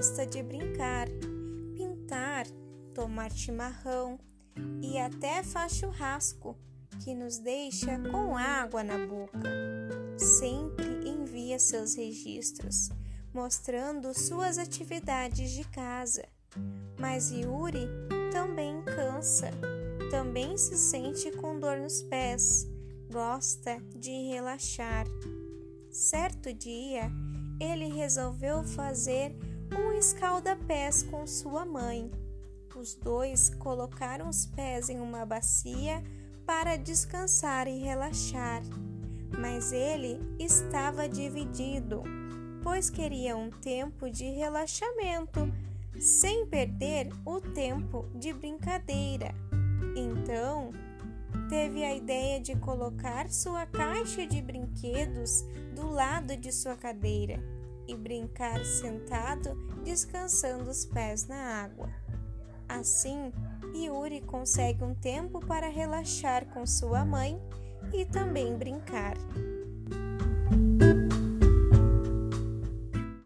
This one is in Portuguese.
gosta de brincar, pintar, tomar chimarrão e até faz churrasco, que nos deixa com água na boca. Sempre envia seus registros, mostrando suas atividades de casa. Mas Yuri também cansa, também se sente com dor nos pés, gosta de relaxar. Certo dia, ele resolveu fazer um escalda-pés com sua mãe. Os dois colocaram os pés em uma bacia para descansar e relaxar, mas ele estava dividido, pois queria um tempo de relaxamento, sem perder o tempo de brincadeira. Então, teve a ideia de colocar sua caixa de brinquedos do lado de sua cadeira e brincar sentado, descansando os pés na água. Assim, Yuri consegue um tempo para relaxar com sua mãe e também brincar.